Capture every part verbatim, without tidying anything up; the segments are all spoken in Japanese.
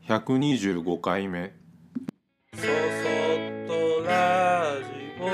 ひゃくにじゅうごかいめ。 そそっとラジオ。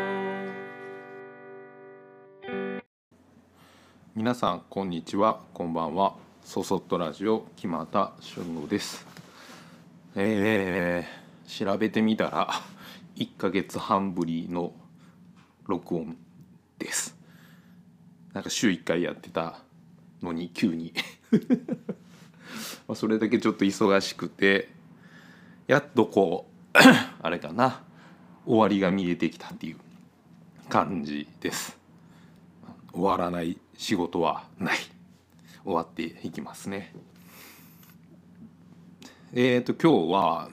皆さんこんにちは、こんばんは。そそっとラジオ木俣俊吾です。えー、調べてみたらいっかげつはんぶりの録音です。なんか週いっかいやってたのに急にまあそれだけちょっと忙しくて、やっとこうあれかな、終わりが見えてきたっていう感じです。終わらない仕事はない。終わっていきますね。えーと今日は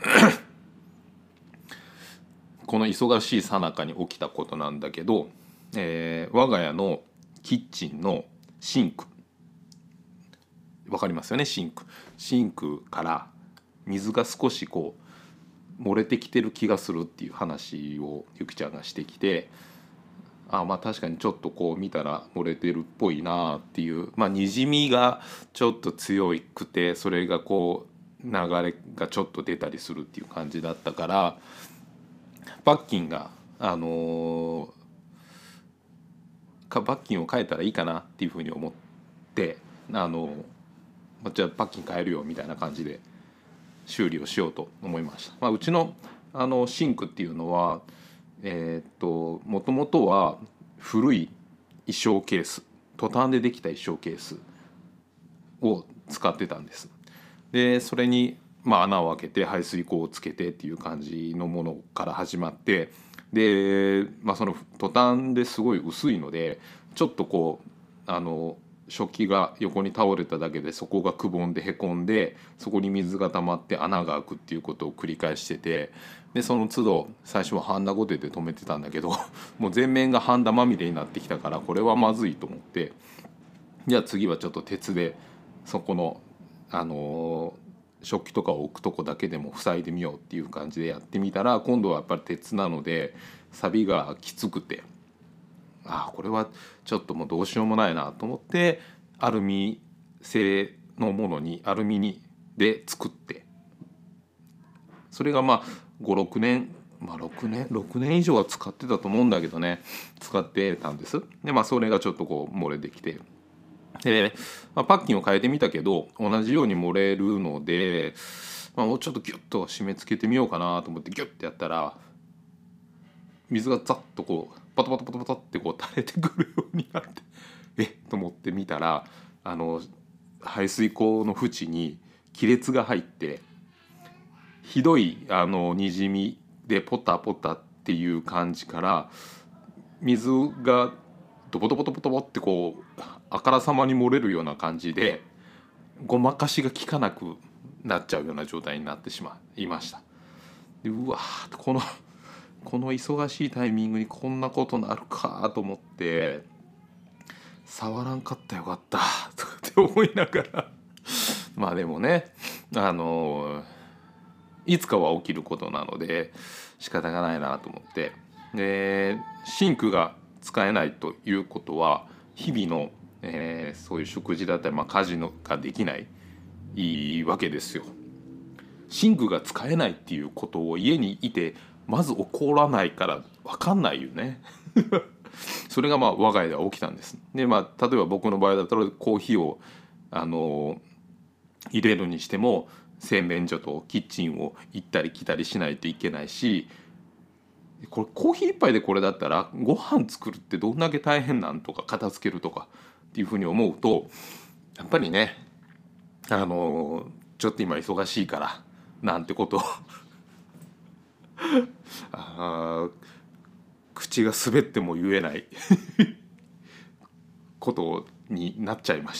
この忙しい最中に起きたことなんだけど、えー我が家のキッチンのシンク、わかりますよね。シンクシンクから水が少しこう漏れてきてる気がするっていう話をゆきちゃんがしてきて、あまあ確かにちょっとこう見たら漏れてるっぽいなっていう、まあにじみがちょっと強くて、それがこう流れがちょっと出たりするっていう感じだったから、パッキンがあのーかパッキンを変えたらいいかなっていうふうに思って、あのーじゃあパッキン変えるよみたいな感じで修理をしようと思いました。まあ、うちのあのシンクっていうのはえーっともともとは古い衣装ケース、トタンでできた衣装ケースを使ってたんです。でそれに、まあ、穴を開けて排水口をつけてっていう感じのものから始まって、で、まあ、そのトタンですごい薄いので、ちょっとこうあの食器が横に倒れただけでそこがくぼんでへこんで、そこに水が溜まって穴が開くっていうことを繰り返してて、でその都度最初はハンダゴテで止めてたんだけどもう全面がハンダまみれになってきたから、これはまずいと思って、じゃあ次はちょっと鉄でそこのあの食器とかを置くとこだけでも塞いでみようっていう感じでやってみたら、今度はやっぱり鉄なので錆がきつくて、ああこれはちょっともうどうしようもないなと思って、アルミ製のものにアルミにで作って、それがまあごろくねん、まあろくねんろくねん以上は使ってたと思うんだけどね、使ってたんです。でまあそれがちょっとこう漏れてきて、で、まあ、パッキンを変えてみたけど同じように漏れるので、まあ、もうちょっとギュッと締め付けてみようかなと思ってギュッてやったら、水がザッとこうパタパタパタパタってこう垂れてくるようになって、えっと思って見たら、あの排水口の縁に亀裂が入って、ひどいあのにじみでポタポタっていう感じから、水がドボドボドボドボってこうあからさまに漏れるような感じで、ごまかしが効かなくなっちゃうような状態になってしまいました。でうわーこのこの忙しいタイミングにこんなことなるかと思って、触らんかったよかったとかって思いながらまあでもね、あのいつかは起きることなので仕方がないなと思って、でシンクが使えないということは日々の、えーそういう食事だったり、まあ、家事のができないいいわけですよ。シンクが使えないっていうことを家にいてまず起こらないから分かんないよねそれがまあ我が家では起きたんです。でまあ例えば僕の場合だったらコーヒーをあの入れるにしても洗面所とキッチンを行ったり来たりしないといけないし、これコーヒー一杯でこれだったらご飯作るってどんだけ大変なんとか片付けるとかっていうふうに思うと、やっぱりね、あのちょっと今忙しいからなんてことをあ口が滑っても言えないことになっちゃいました。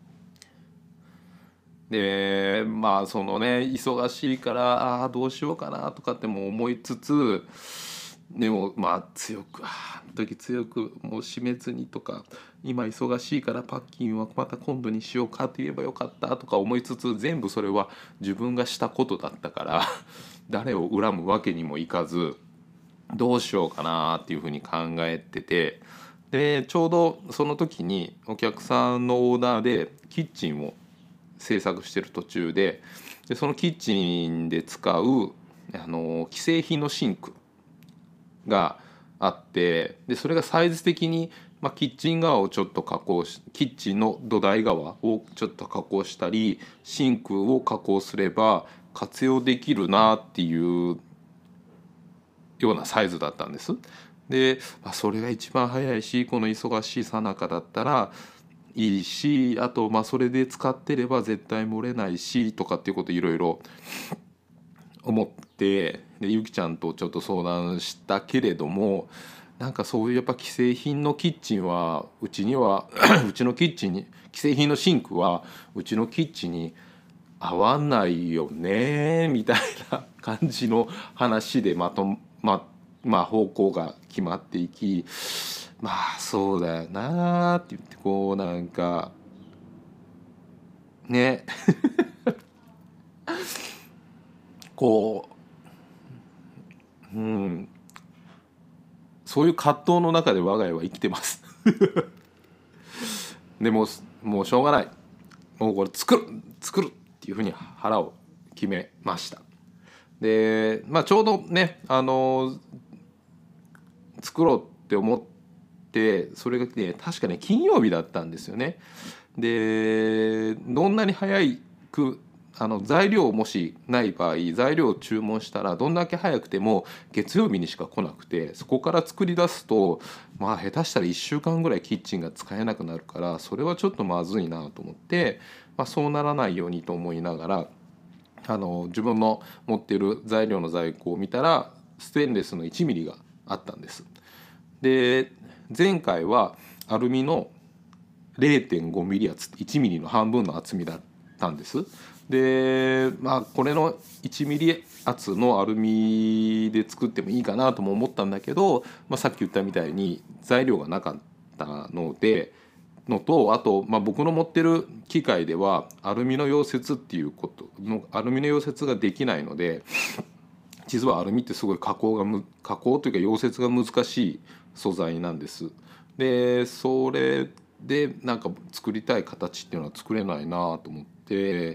でまあそのね忙しいからあどうしようかなとかっても思いつつ、でもまあ強くあの時強くもう死滅にとか、今忙しいからパッキンはまた今度にしようかと言えばよかったとか思いつつ、全部それは自分がしたことだったから誰を恨むわけにもいかず、どうしようかなっていうふうに考えてて、でちょうどその時にお客さんのオーダーでキッチンを制作してる途中で、 でそのキッチンで使うあの既製品のシンクがあって、でそれがサイズ的に、まあ、キッチン側をちょっと加工しキッチンの土台側をちょっと加工したりシンクを加工すれば活用できるなっていうようなサイズだったんです。で、まあ、それが一番早いしこの忙しい最中だったらいいし、あとまあそれで使ってれば絶対漏れないしとかっていうこといろいろ思って、でゆきちゃんとちょっと相談したけれども、なんかそういうやっぱ既製品のキッチンはうちにはうちのキッチンに既製品のシンクはうちのキッチンに合わないよねみたいな感じの話でまとままあ方向が決まっていき、まあそうだよなって言ってこうなんかねこう、うん、そういう葛藤の中で我が家は生きてますでももうしょうがない、もうこれ作る作るっていうふうに腹を決めました。で、まあ、ちょうどねあの作ろうって思ってそれがね確かね金曜日だったんですよね。でどんなに早くあの材料もしない場合材料を注文したらどんだけ早くても月曜日にしか来なくて、そこから作り出すとまあ下手したらいっしゅうかんぐらいキッチンが使えなくなるから、それはちょっとまずいなと思って、まあ、そうならないようにと思いながらあの自分の持っている材料の在庫を見たらステンレスのいちミリがあったんです。で前回はアルミの れいてんごミリ厚いちミリの半分の厚みだったんです。でまあこれのいちミリ厚のアルミで作ってもいいかなとも思ったんだけど、まあ、さっき言ったみたいに材料がなかったのでのと、あと、まあ、僕の持ってる機械ではアルミの溶接っていうことのアルミの溶接ができないので、実はアルミってすごい加工がむ加工というか溶接が難しい素材なんです。でそれでなんか作りたい形っていうのは作れないなと思って、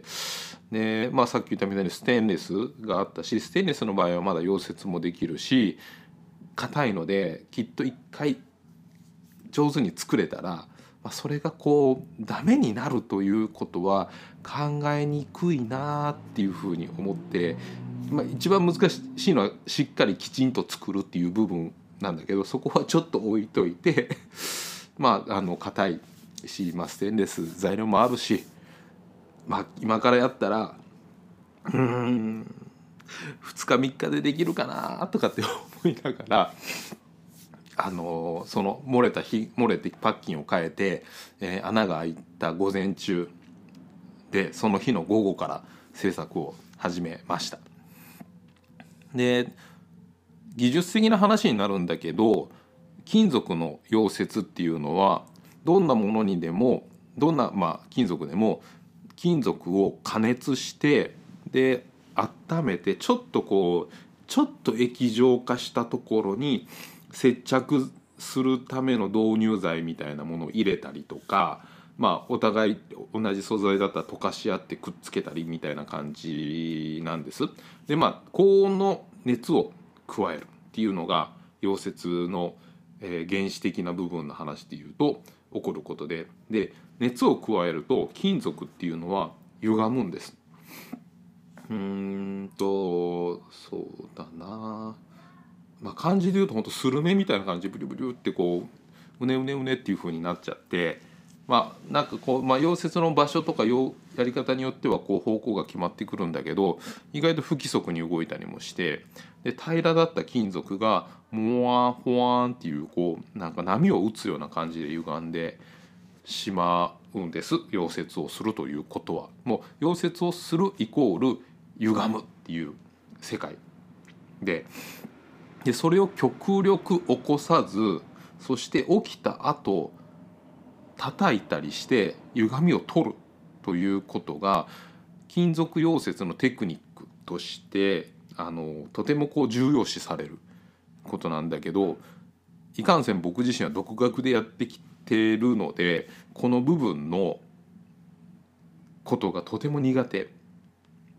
で、まあ、さっき言ったみたいにステンレスがあったし、ステンレスの場合はまだ溶接もできるし硬いのできっと一回上手に作れたら、まあ、それがこうダメになるということは考えにくいなっていうふうに思って、まあ、一番難しいのはしっかりきちんと作るっていう部分なんだけど、そこはちょっと置いといてまああの硬いし、まあ、ステンレス材料もあるし、まあ、今からやったらうーんふつかみっかでできるかなとかって思いながら、あのその漏れた日漏れてパッキンを変えて、えー穴が開いた午前中でその日の午後から制作を始めました。で技術的な話になるんだけど、金属の溶接っていうのはどんなものにでもどんな、まあ、金属でも金属を加熱してで温めてちょっとこうちょっと液状化したところに接着するための導入剤みたいなものを入れたりとか、まあ、お互い同じ素材だったら溶かし合ってくっつけたりみたいな感じなんです。でまあ高温の熱を加えるっていうのが溶接の、えー原始的な部分の話でいうと起こることで、で熱を加えると金属っていうのは歪むんです。うーんとそうだな、まあ、漢字で言うと本当スルメみたいな感じでブリブリってこううねうねうねっていう風になっちゃって、まあなんかこう、まあ、溶接の場所とかやり方によってはこう方向が決まってくるんだけど、意外と不規則に動いたりもして、で平らだった金属がモワンホワンっていうこうなんか波を打つような感じで歪んでしまうんです。溶接をするということはもう溶接をするイコール歪むっていう世界で、でそれを極力起こさず、そして起きた後叩いたりして歪みを取るということが金属溶接のテクニックとしてあのとてもこう重要視されることなんだけど、いかんせん僕自身は独学でやってきてるのでこの部分のことがとても苦手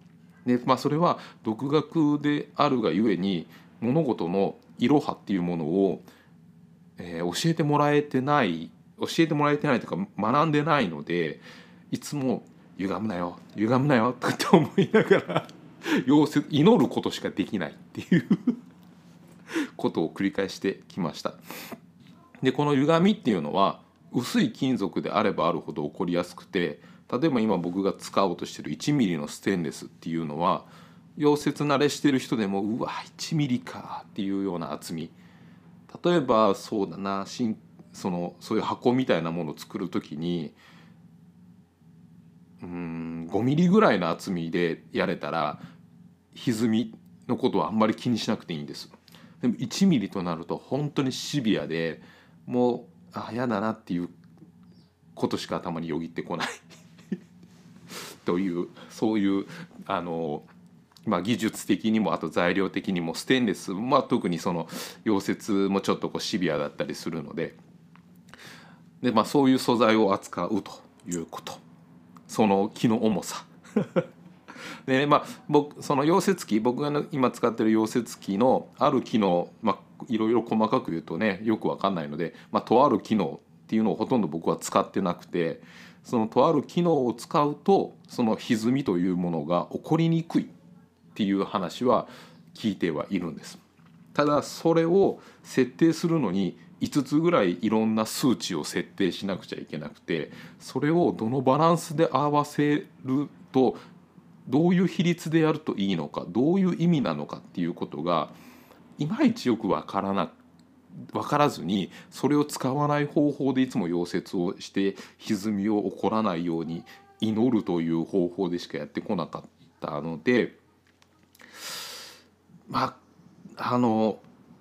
で、まあ、それは独学であるがゆえに物事のいろはっていうものを、えー教えてもらえてない教えてもらえてないというか学んでないので、いつも歪むなよ歪むなよとかって思いながら要せ祈ることしかできないっていうことを繰り返してきました。でこの歪みっていうのは薄い金属であればあるほど起こりやすくて、例えば今僕が使おうとしているいちミリのステンレスっていうのは溶接慣れしてる人でもうわいちミリかっていうような厚み、例えばそうだなしそのそういう箱みたいなものを作る時にうーんごミリぐらいの厚みでやれたら歪みのことはあんまり気にしなくていいんです。でもいちミリとなると本当にシビアで、もうあ嫌だなっていうことしか頭によぎってこないというそういうあの、まあ、技術的にもあと材料的にもステンレス、まあ、特にその溶接もちょっとこうシビアだったりするので、で、まあ、そういう素材を扱うということ、その木の重さで、まあ、僕その溶接機僕が今使ってる溶接機のある機能、まあ、いろいろ細かく言うとねよく分かんないので、まあ、とある機能っていうのをほとんど僕は使ってなくて、そのとある機能を使うとその歪みというものが起こりにくいっていう話は聞いてはいるんです。ただそれを設定するのにいつつぐらいいろんな数値を設定しなくちゃいけなくて、それをどのバランスで合わせるとどういう比率でやるといいのか、どういう意味なのかっていうことがいまいちよくわからな分からずに、それを使わない方法でいつも溶接をして歪みを起こらないように祈るという方法でしかやってこなかったので、まああの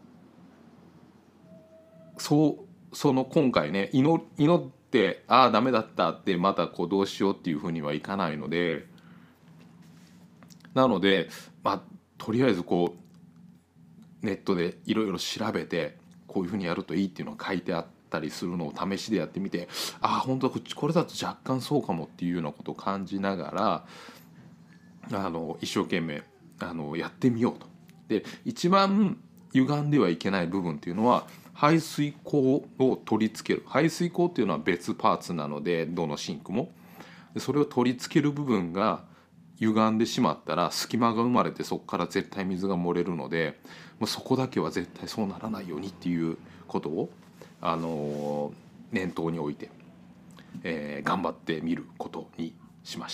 そうその今回ね祈祈ってああダメだったってまたこうどうしようっていうふうにはいかないので、なのでまあとりあえずこうネットでいろいろ調べてこういうふうにやるといいっていうのが書いてあったりするのを試しでやってみて、ああ本当はこれだと若干そうかもっていうようなことを感じながらあの一生懸命あのやってみようと。で一番歪んではいけない部分っていうのは排水口を取り付ける。排水口っていうのは別パーツなのでどのシンクもそれを取り付ける部分が歪んでしまったら隙間が生まれてそこから絶対水が漏れるので、もうそこだけは絶対そうならないようにっていうことを、あの念頭に置いて、えー頑張ってみることにしました。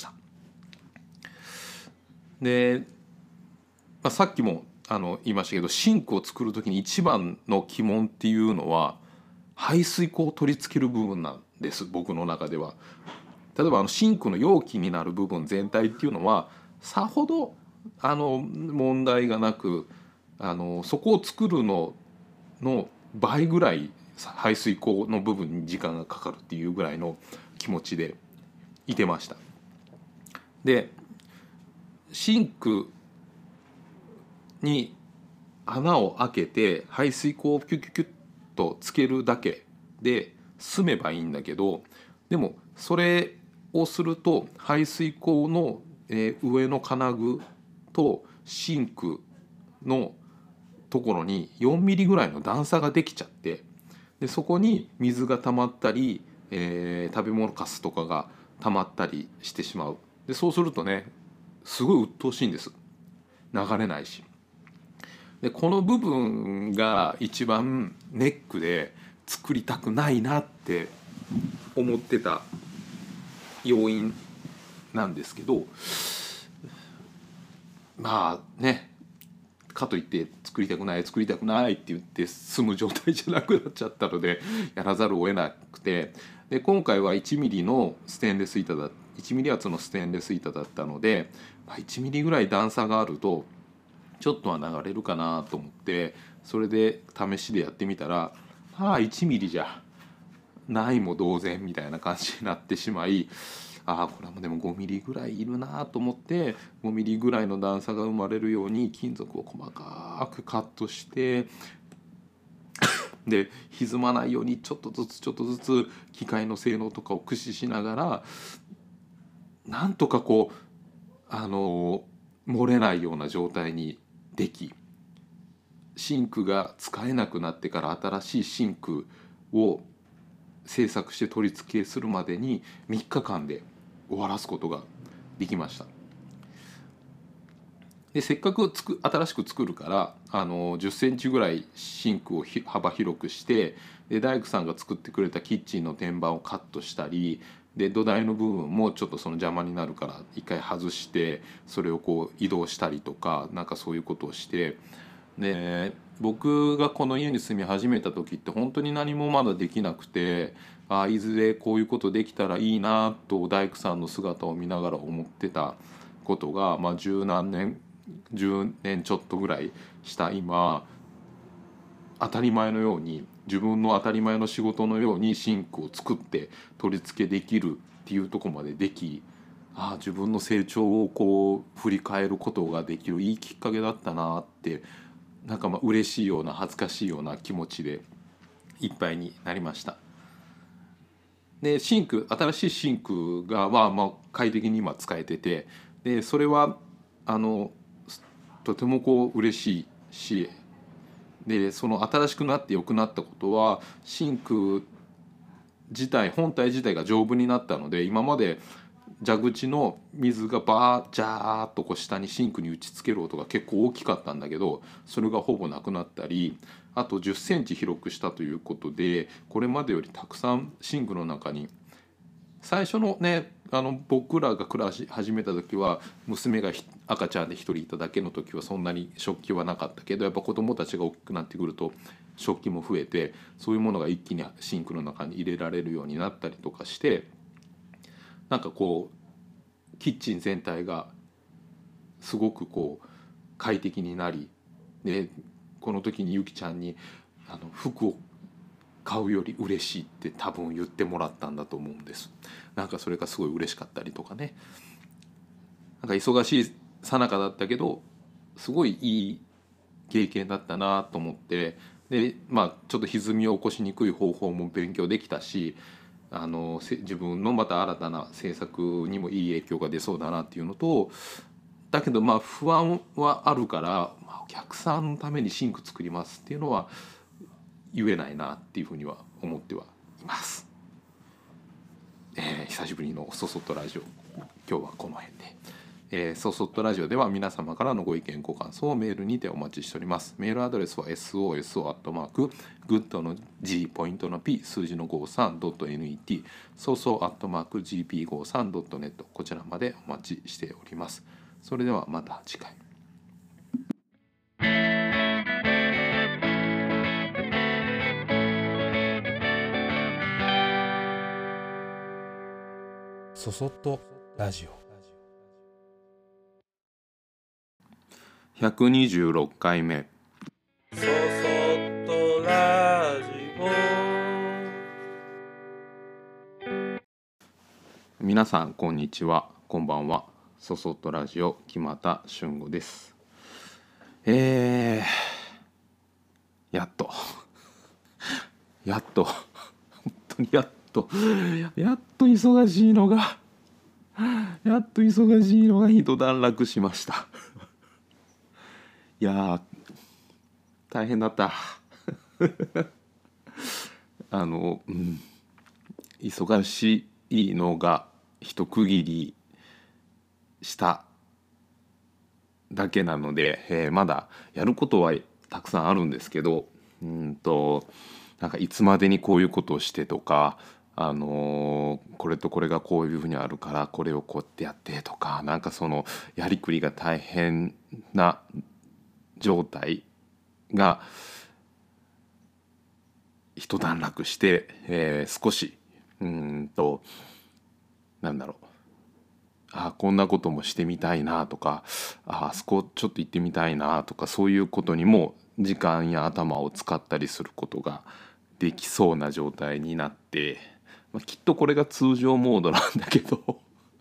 で、まあ、さっきもあの言いましたけどシンクを作る時に一番の鬼門っていうのは排水口を取り付ける部分なんです僕の中では。例えばあのシンクの容器になる部分全体っていうのはさほどあの問題がなく、あのそこを作るのの倍ぐらい排水口の部分に時間がかかるっていうぐらいの気持ちでいてました。でシンクに穴を開けて排水口をキュキュキュッとつけるだけで済めばいいんだけど、でもそれをすると排水口の、えー上の金具とシンクのところによんミリぐらいの段差ができちゃって、でそこに水が溜まったり、えー食べ物かすとかが溜まったりしてしまう。でそうするとねすごい鬱陶しいんです。流れないし。でこの部分が一番ネックで作りたくないなって思ってた要因なんですけど、まあねかといって作りたくない作りたくないって言って済む状態じゃなくなっちゃったのでやらざるを得なくて、で今回はいちミリのステンレス板だいちミリ厚のステンレス板だったので、まあ、いちミリぐらい段差があるとちょっとは流れるかなと思ってそれで試しでやってみたら、まあいちミリじゃないも同然みたいな感じになってしまい、ああこれもでもごミリぐらいいるなと思ってごミリぐらいの段差が生まれるように金属を細かくカットしてで歪まないようにちょっとずつちょっとずつ機械の性能とかを駆使しながらなんとかこうあの漏れないような状態にでき、シンクが使えなくなってから新しいシンクを製作して取り付けするまでにみっかかんで終わらすことができました。でせっかくつく新しく作るからあのじゅっセンチぐらいシンクをひ幅広くして、で大工さんが作ってくれたキッチンの天板をカットしたり、で土台の部分もちょっとその邪魔になるから一回外してそれをこう移動したりとか、なんかそういうことをして、で僕がこの家に住み始めた時って本当に何もまだできなくて、あいずれこういうことできたらいいなと大工さんの姿を見ながら思ってたことが、まあ、十何年じゅうねんちょっとぐらいした今、当たり前のように自分の当たり前の仕事のようにシンクを作って取り付けできるっていうところまででき、ああ自分の成長をこう振り返ることができるいいきっかけだったなって、なんかまあ嬉しいような恥ずかしいような気持ちでいっぱいになりました。でシンク新しいシンクがまあまあ快適に今使えてて、でそれはあのとてもこう嬉しいし、でその新しくなって良くなったことはシンク自体本体自体が丈夫になったので、今まで蛇口の水がバージャーっとこう下にシンクに打ちつける音が結構大きかったんだけど、それがほぼなくなったり、あとじゅっセンチ広くしたということでこれまでよりたくさんシンクの中に、最初のねあの僕らが暮らし始めた時は娘が赤ちゃんで一人いただけの時はそんなに食器はなかったけど、やっぱ子供たちが大きくなってくると食器も増えて、そういうものが一気にシンクの中に入れられるようになったりとかして、なんかこうキッチン全体がすごくこう快適になり、でこの時にゆきちゃんにあの服を買うより嬉しいって多分言ってもらったんだと思うんです。なんかそれがすごい嬉しかったりとかね、なんか忙しい最中だったけどすごいいい経験だったなと思って、でまあちょっと歪みを起こしにくい方法も勉強できたし、あの自分のまた新たな制作にもいい影響が出そうだなっていうのと、だけどまあ不安はあるから、まあ、お客さんのためにシンク作りますっていうのは言えないなっていうふうには思ってはいます。えー、久しぶりのそそっとラジオ、今日はこの辺で。えー、そそっとラジオでは皆様からのご意見ご感想をメールにてお待ちしております。メールアドレスは ソソ アットマーク グッド の G ポイントの P 数字の ごじゅうさん ドット ネット ソソ アットマーク ジーピーごじゅうさん ドット ネット、 こちらまでお待ちしております。それではまた次回。 そそっとラジオひゃくにじゅうろっかいめ。 そそっとラジオ。 皆さんこんにちは、こんばんは。そそっとラジオ木俣俊吾です。えー、やっとやっと本当にやっとやっと忙しいのがやっと忙しいのが一段落しましたいやー大変だったあの、うん、忙しいのが一区切りしただけなので、えー、まだやることはたくさんあるんですけど、うんとなんかいつまでにこういうことをしてとか、あのーこれとこれがこういうふうにあるからこれをこうやってやってとか、なんかそのやりくりが大変な状態が一段落して、えー少しうんとなんだろう、あこんなこともしてみたいなとか、ああそこちょっと行ってみたいなとか、そういうことにも時間や頭を使ったりすることができそうな状態になって、まあ、きっとこれが通常モードなんだけど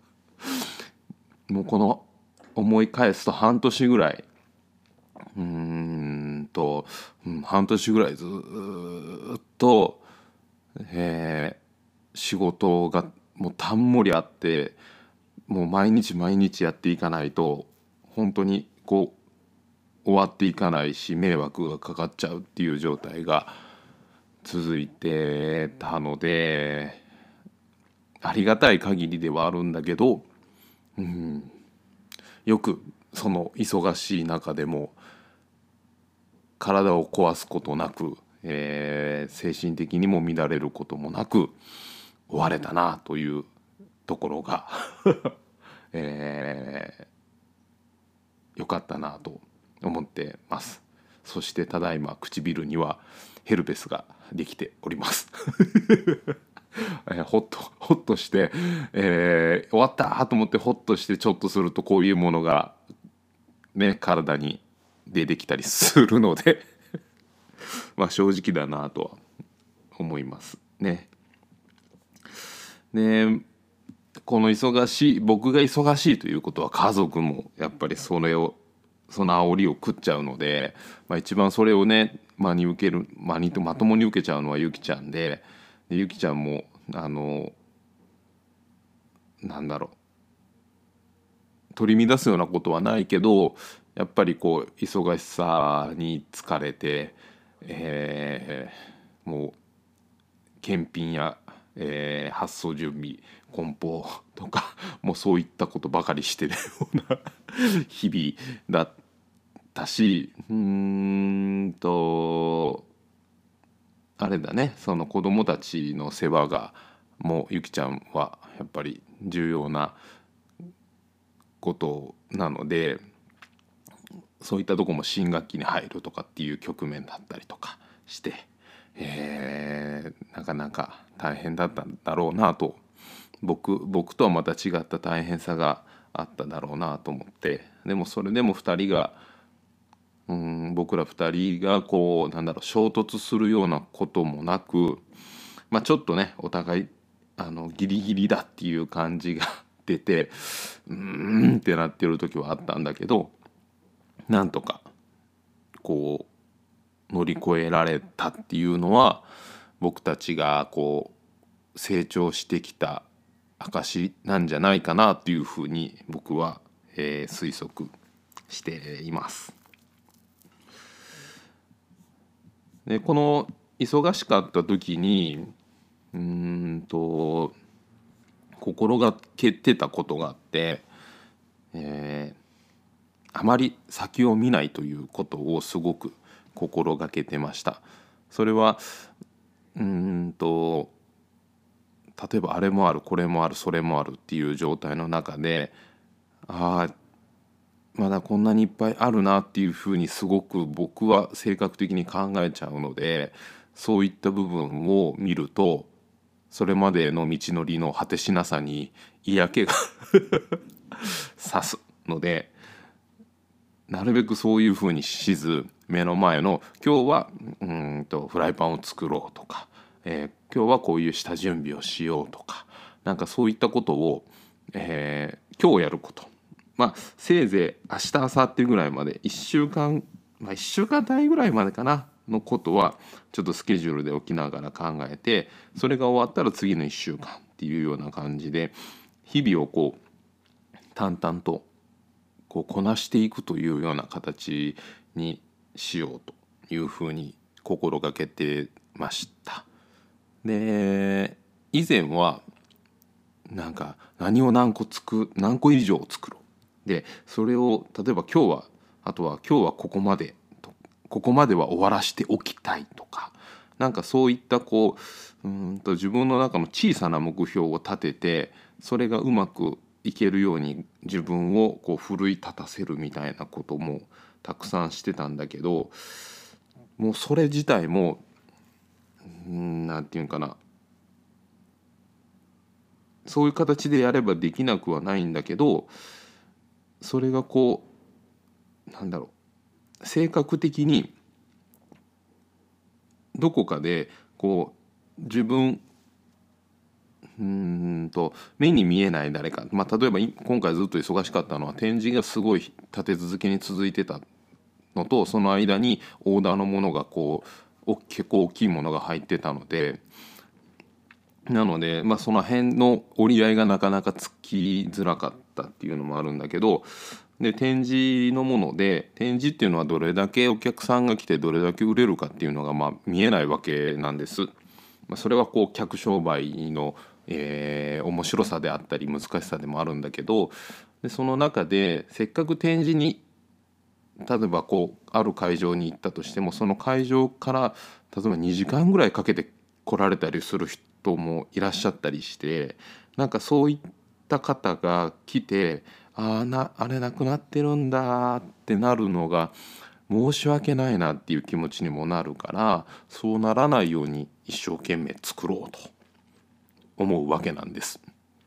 もうこの思い返すと半年ぐらいうーんと、うん、半年ぐらいずっと、えー仕事がもうたんもりあって、もう毎日毎日やっていかないと本当にこう終わっていかないし迷惑がかかっちゃうっていう状態が続いてたので、ありがたい限りではあるんだけど、うん、よくその忙しい中でも体を壊すことなく、えー、精神的にも乱れることもなく終われたなというところが、えー、よかったなと思ってます。そしてただいま唇にはヘルペスができておりますえー、ほっとほっとして、えー、終わったと思ってほっとしてちょっとするとこういうものがね体に出てきたりするのでまあ正直だなとは思いますね。でこの忙しい僕が忙しいということは家族もやっぱりそれをその煽りを食っちゃうので、まあ、一番それをね真に受ける真にとまともに受けちゃうのはゆきちゃんで、でゆきちゃんもあのなんだろう取り乱すようなことはないけど、やっぱりこう忙しさに疲れて、えー、もう検品や、えー、発送準備梱包とかもうそういったことばかりしてるような日々だったし、うーんとあれだね、その子供たちの世話がもうゆきちゃんはやっぱり重要なことなので、そういったとこも新学期に入るとかっていう局面だったりとかして、えー、なかなか大変だったんだろうなと、僕僕とはまた違った大変さがあっただろうなと思って、でもそれでもふたりがうん僕らふたりがこうなんだろう衝突するようなこともなく、まあ、ちょっとねお互いあのギリギリだっていう感じが出てうーんってなってる時はあったんだけど、なんとかこう乗り越えられたっていうのは僕たちがこう成長してきた証なんじゃないかなっていうふうに僕は、えー、推測しています。でこの忙しかった時にうーんと心がけてたことがあって、えー、あまり先を見ないということをすごく心がけてました。それはうーんと例えばあれもあるこれもあるそれもあるっていう状態の中で、ああまだこんなにいっぱいあるなっていうふうにすごく僕は性格的に考えちゃうので、そういった部分を見るとそれまでの道のりの果てしなさに嫌気がさすので、なるべくそういうふうにしず目の前の今日はうんとフライパンを作ろうとか、えー、今日はこういう下準備をしようとか、なんかそういったことを、えー、今日やること、まあせいぜい明日明後日ぐらいまでいっしゅうかん、まあ、いっしゅうかん単位ぐらいまでかなのことはちょっとスケジュールで起きながら考えて、それが終わったら次のいっしゅうかんっていうような感じで日々をこう淡々とこうこなしていくというような形にしようというふうに心がけてました。で以前はなんか何を何個つく何個以上作ろうで、それを例えば今日はあとは今日はここまでとここまでは終わらしておきたいとか、なんかそういったこう、うーんと自分の中の小さな目標を立ててそれがうまくいけるように自分をこう奮い立たせるみたいなこともたくさんしてたんだけど、もうそれ自体も何て言うかな、そういう形でやればできなくはないんだけど、それがこうなんだろう性格的にどこかでこう自分うーんと目に見えない誰か、まあ、例えば今回ずっと忙しかったのは展示がすごい立て続けに続いてたのと、その間にオーダーのものがこう結構大きいものが入ってたので、なので、まあ、その辺の折り合いがなかなかつきづらかったっていうのもあるんだけど、 で展示のもので、展示っていうのはどれだけお客さんが来てどれだけ売れるかっていうのがまあ見えないわけなんです。まあ、それはこう客商売の、えー面白さであったり難しさでもあるんだけど、でその中でせっかく展示に例えばこうある会場に行ったとしても、その会場から例えばにじかんぐらいかけて来られたりする人もいらっしゃったりして、なんかそういった方が来て、ああなあれなくなってるんだってなるのが申し訳ないなっていう気持ちにもなるから、そうならないように一生懸命作ろうと思うわけなんです。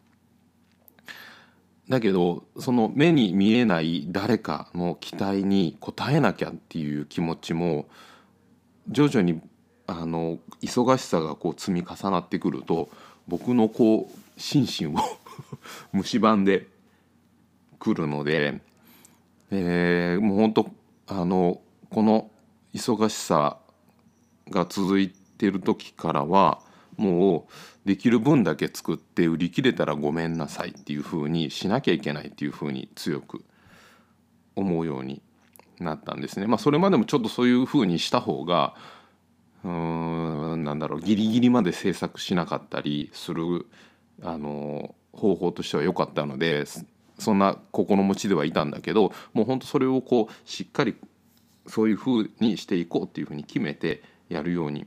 だけどその目に見えない誰かの期待に応えなきゃっていう気持ちも徐々にあの忙しさがこう積み重なってくると、僕のこう心身を蝕んでくるので、えーもう本当あのこの忙しさが続いている時からはもうできる分だけ作って売り切れたらごめんなさいっていう風にしなきゃいけないっていう風に強く思うようになったんですね。まあそれまでもちょっとそういう風にした方がうーんなんだろうギリギリまで制作しなかったりするあの方法としては良かったので、そんな心持ちではいたんだけど、もう本当それをこうしっかりそういう風にしていこうっていう風に決めてやるように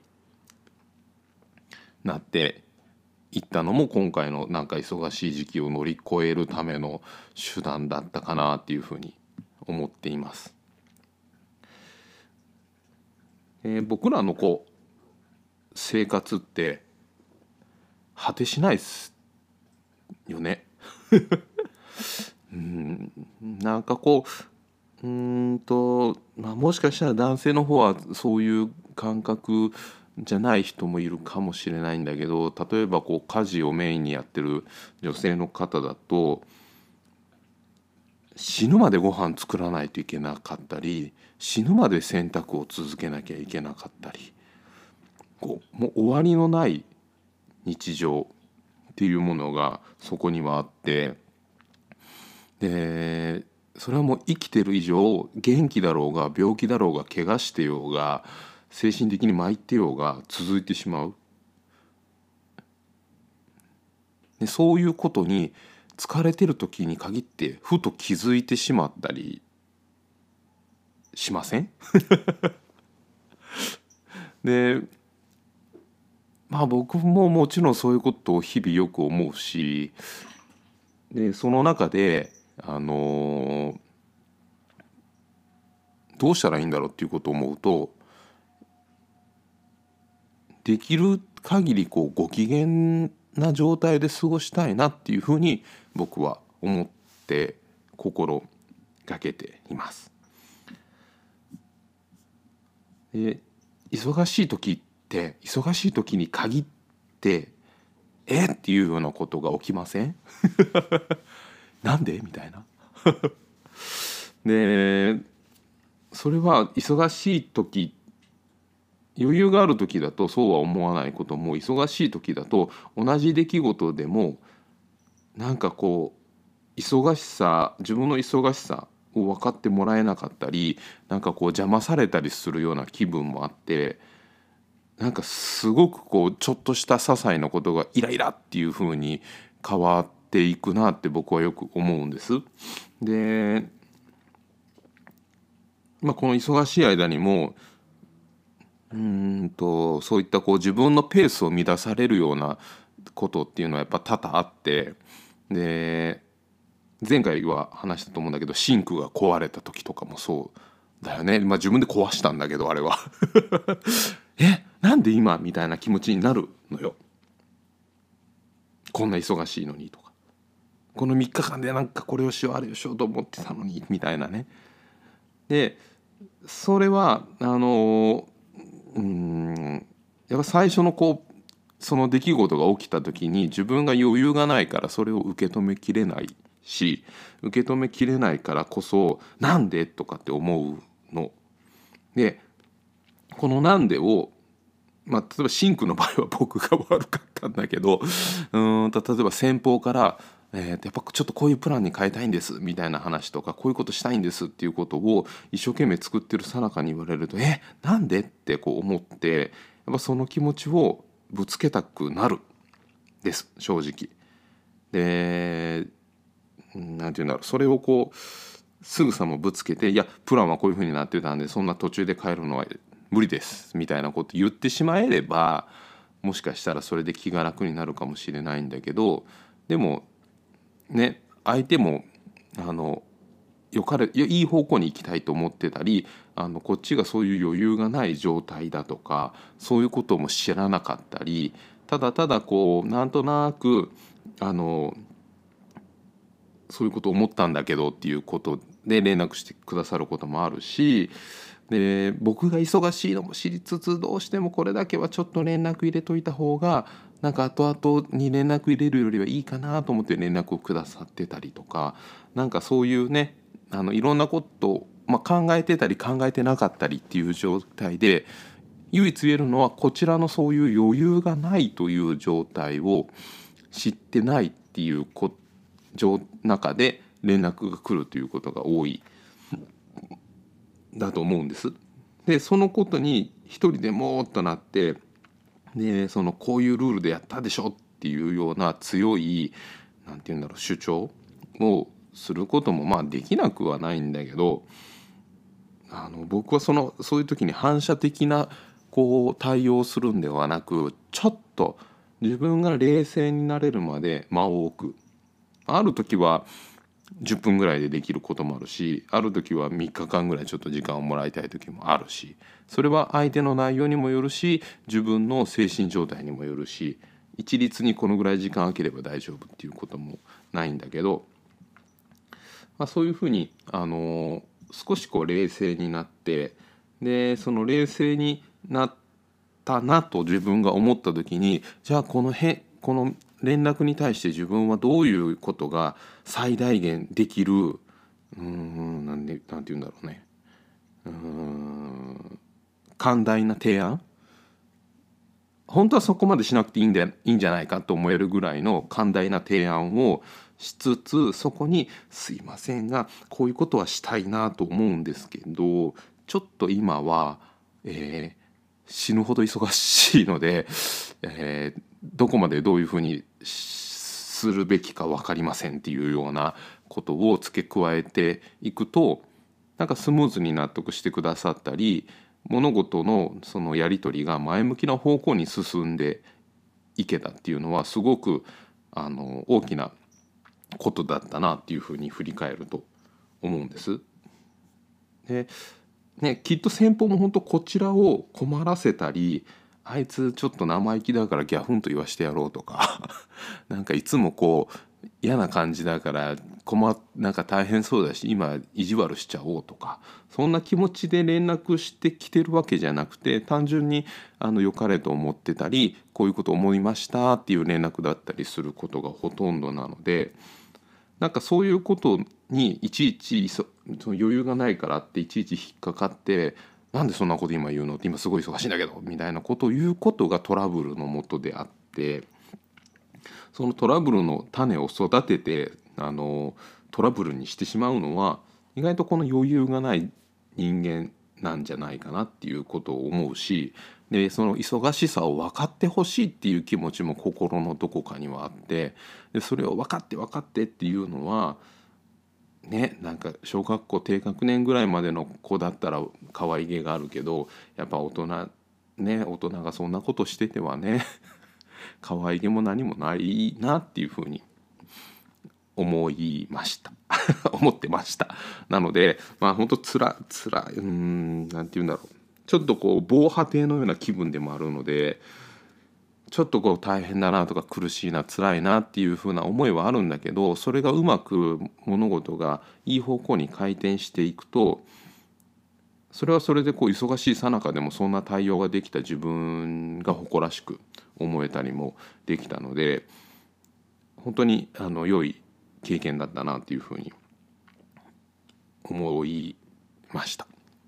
なっていったのも今回のなんか忙しい時期を乗り越えるための手段だったかなっていう風に思っています。えー僕らのこう生活って果てしないですよね。うんなんかこううーんと、まあ、もしかしたら男性の方はそういう感覚じゃない人もいるかもしれないんだけど、例えばこう家事をメインにやってる女性の方だと死ぬまでご飯作らないといけなかったり、死ぬまで洗濯を続けなきゃいけなかったり、こうもう終わりのない日常っていうものがそこにはあって、でそれはもう生きてる以上元気だろうが病気だろうが怪我してようが精神的に参ってようが続いてしまう。でそういうことに疲れてる時に限ってふと気づいてしまったりしません？でまあ僕ももちろんそういうことを日々よく思うし、でその中であのどうしたらいいんだろうっていうことを思うと、できる限りこうご機嫌な状態で過ごしたいなっていうふうに僕は思って心がけています。で忙しい時って忙しい時に限ってえっていうようなことが起きません？なんでみたいな。でそれは忙しい時、余裕がある時だとそうは思わないことも、忙しい時だと同じ出来事でもなんかこう忙しさ自分の忙しさを分かってもらえなかったり、なんかこう邪魔されたりするような気分もあって、なんかすごくこうちょっとした些細なことがイライラっていう風に変わっていくなって僕はよく思うんです。で、まあ、この忙しい間にもうーんとそういったこう自分のペースを乱されるようなことっていうのはやっぱ多々あって、で前回は話したと思うんだけどシンクが壊れた時とかもそうだよね。まあ自分で壊したんだけどあれはえなんで今みたいな気持ちになるのよ。こんな忙しいのにとか、このみっかかんでなんかこれをしようあれをしようと思ってたのにみたいなね。でそれはあのうーんやっぱ最初のこうその出来事が起きた時に自分が余裕がないからそれを受け止めきれないし、受け止めきれないからこそなんでとかって思うので、このなんでをまあ、例えばシンクの場合は僕が悪かったんだけど、うーんと例えば先方からえー、やっぱちょっとこういうプランに変えたいんですみたいな話とか、こういうことしたいんですっていうことを一生懸命作ってる最中に言われると、えなんでってこう思って、やっぱその気持ちをぶつけたくなるです正直。でなんていうんだろう、それをこうすぐさまぶつけて、いやプランはこういう風になってたんでそんな途中で変えるのは無理ですみたいなこと言ってしまえれば、もしかしたらそれで気が楽になるかもしれないんだけど、でもね、相手もあのよかれいい方向に行きたいと思ってたり、あのこっちがそういう余裕がない状態だとか、そういうことも知らなかったり、ただただこうなんとなくあのそういうことを思ったんだけどっていうことで連絡してくださることもあるし、で僕が忙しいのも知りつつ、どうしてもこれだけはちょっと連絡入れといた方がなんか後々に連絡入れるよりはいいかなと思って連絡をくださってたりとか、なんかそういうね、あのいろんなことを、まあ、考えてたり考えてなかったりっていう状態で、唯一言えるのはこちらのそういう余裕がないという状態を知ってないっていうこ中で連絡が来るということが多いだと思うんです。でそのことに一人でもーっとなって、でそのこういうルールでやったでしょっていうような強いなんていうんだろう主張をすることもまあできなくはないんだけど、あの僕はそのそういう時に反射的なこう対応するんではなく、ちょっと自分が冷静になれるまで間を置く。ある時はじゅっぷんぐらいでできることもあるし、ある時はみっかかんぐらいちょっと時間をもらいたい時もあるし、それは相手の内容にもよるし、自分の精神状態にもよるし、一律にこのぐらい時間空ければ大丈夫っていうこともないんだけど、まあ、そういうふうに、あのー少しこう冷静になって、でその冷静になったなと自分が思った時に、じゃあこのへこの連絡に対して自分はどういうことが最大限できる、うーんなんでなんて言うんだろうね、うーん寛大な提案、本当はそこまでしなくていいんでいいんじゃないかと思えるぐらいの寛大な提案をしつつ、そこにすいませんがこういうことはしたいなと思うんですけど、ちょっと今は、えー死ぬほど忙しいので、えーどこまでどういうふうにするべきか分かりませんっていうようなことを付け加えていくと、なんかスムーズに納得してくださったり、物事のそのやり取りが前向きな方向に進んでいけたっていうのはすごくあの大きなことだったなっていうふうに振り返ると思うんです。でね、きっと先方も本当こちらを困らせたり、あいつちょっと生意気だからギャフンと言わしてやろうとかなんかいつもこう嫌な感じだから困なんか大変そうだし今意地悪しちゃおうとか、そんな気持ちで連絡してきてるわけじゃなくて、単純にあの良かれと思ってたり、こういうこと思いましたっていう連絡だったりすることがほとんどなので、なんかそういうことにいちいちそその余裕がないからっていちいち引っかかって、なんでそんなこと今言うのって今すごい忙しいんだけどみたいなことを言うことがトラブルのもとであって、そのトラブルの種を育ててあのトラブルにしてしまうのは意外とこの余裕がない人間なんじゃないかなっていうことを思うし、でその忙しさを分かってほしいっていう気持ちも心のどこかにはあって、でそれを分かって分かってっていうのはね、なんか小学校低学年ぐらいまでの子だったら可愛げがあるけど、やっぱ大人ね大人がそんなことしててはね可愛げも何もないなっていうふうに思いました思ってました。なのでまあ本当つらつらうーんなんて言うんだろう、ちょっとこう防波堤のような気分でもあるので、ちょっとこう大変だなとか苦しいな辛いなっていう風な思いはあるんだけど、それがうまく物事がいい方向に回転していくと、それはそれでこう忙しい最中でもそんな対応ができた自分が誇らしく思えたりもできたので、本当にあの良い経験だったなっていう風に思いました。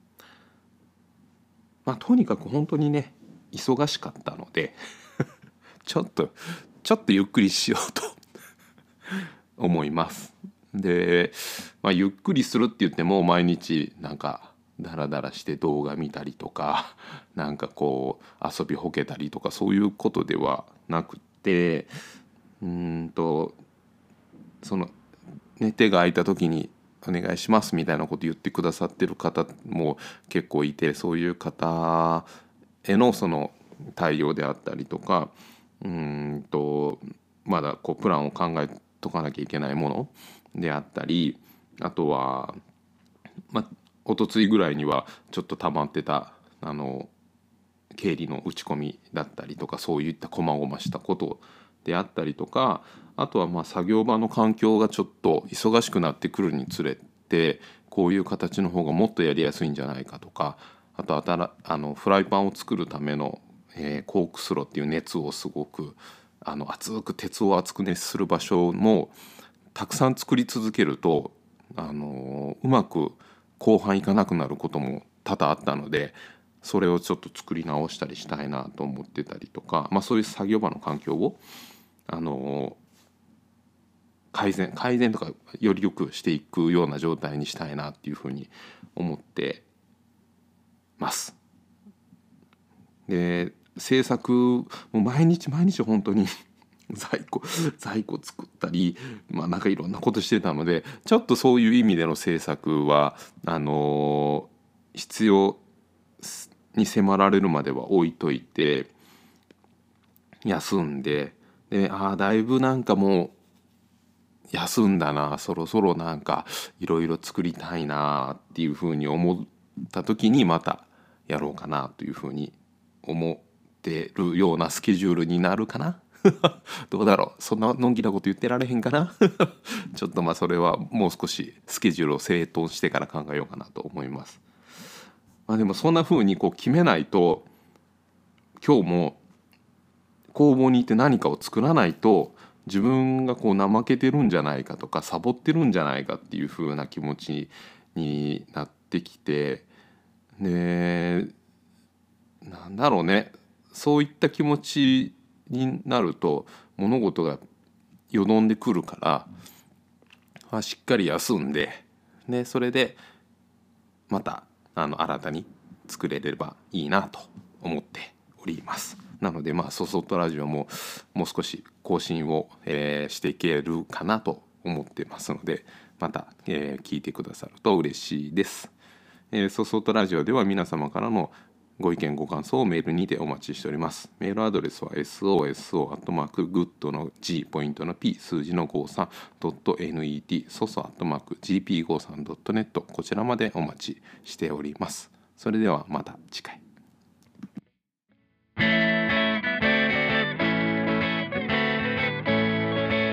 まあとにかく本当にね忙しかったのでちょっとちょっとゆっくりしようと思います。で、まあ、ゆっくりするって言っても毎日なんかダラダラして動画見たりとかなんかこう遊びほけたりとかそういうことではなくて、うーんとその、ね、手が空いた時にお願いしますみたいなこと言ってくださってる方も結構いて、そういう方へのその対応であったりとか、うーんとまだこうプランを考えとかなきゃいけないものであったり、あとはまあ一昨日ぐらいにはちょっと溜まってたあの経理の打ち込みだったりとか、そういった細々したことであったりとか、あとはまあ作業場の環境がちょっと忙しくなってくるにつれてこういう形の方がもっとやりやすいんじゃないかとか、あと新あのフライパンを作るための、えーコークスロっていう熱をすごくあの熱く鉄を熱く熱する場所もたくさん作り続けるとあのうまく後半いかなくなることも多々あったので、それをちょっと作り直したりしたいなと思ってたりとか、まあ、そういう作業場の環境をあの改善改善とかより良くしていくような状態にしたいなっていうふうに思ってます。で制作もう毎日毎日本当に在庫在庫作ったり、まあなんかいろんなことしてたので、ちょっとそういう意味での制作はあの必要に迫られるまでは置いといて休んで、でああだいぶなんかもう休んだな、そろそろなんかいろいろ作りたいなっていうふうに思った時にまたやろうかなというふうに思ってるようなスケジュールになるかなどうだろう、そんなのんきなこと言ってられへんかなちょっとまあそれはもう少しスケジュールを整頓してから考えようかなと思います。まあ、でもそんな風にこう決めないと、今日も工房に行って何かを作らないと自分がこう怠けてるんじゃないかとかサボってるんじゃないかっていう風な気持ちになってきて、でなんだろうね、そういった気持ちになると物事がよどんでくるから、まあ、しっかり休んで、でそれでまたあの新たに作れればいいなと思っております。なのでまあそそっとラジオももう少し更新を、えーしていけるかなと思ってますので、また、えー聞いてくださると嬉しいです。えー、そそっとラジオでは皆様からのご意見ご感想をメールにてお待ちしております。メールアドレスは ソソ アットマークグッドの G ポイントの P 数字の ごじゅうさん ドット ネット ソソ アットマーク ジーピーごじゅうさん ドット ネット こちらまでお待ちしております。それではまた次回。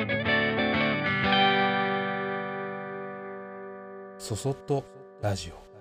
そそっとラジオ。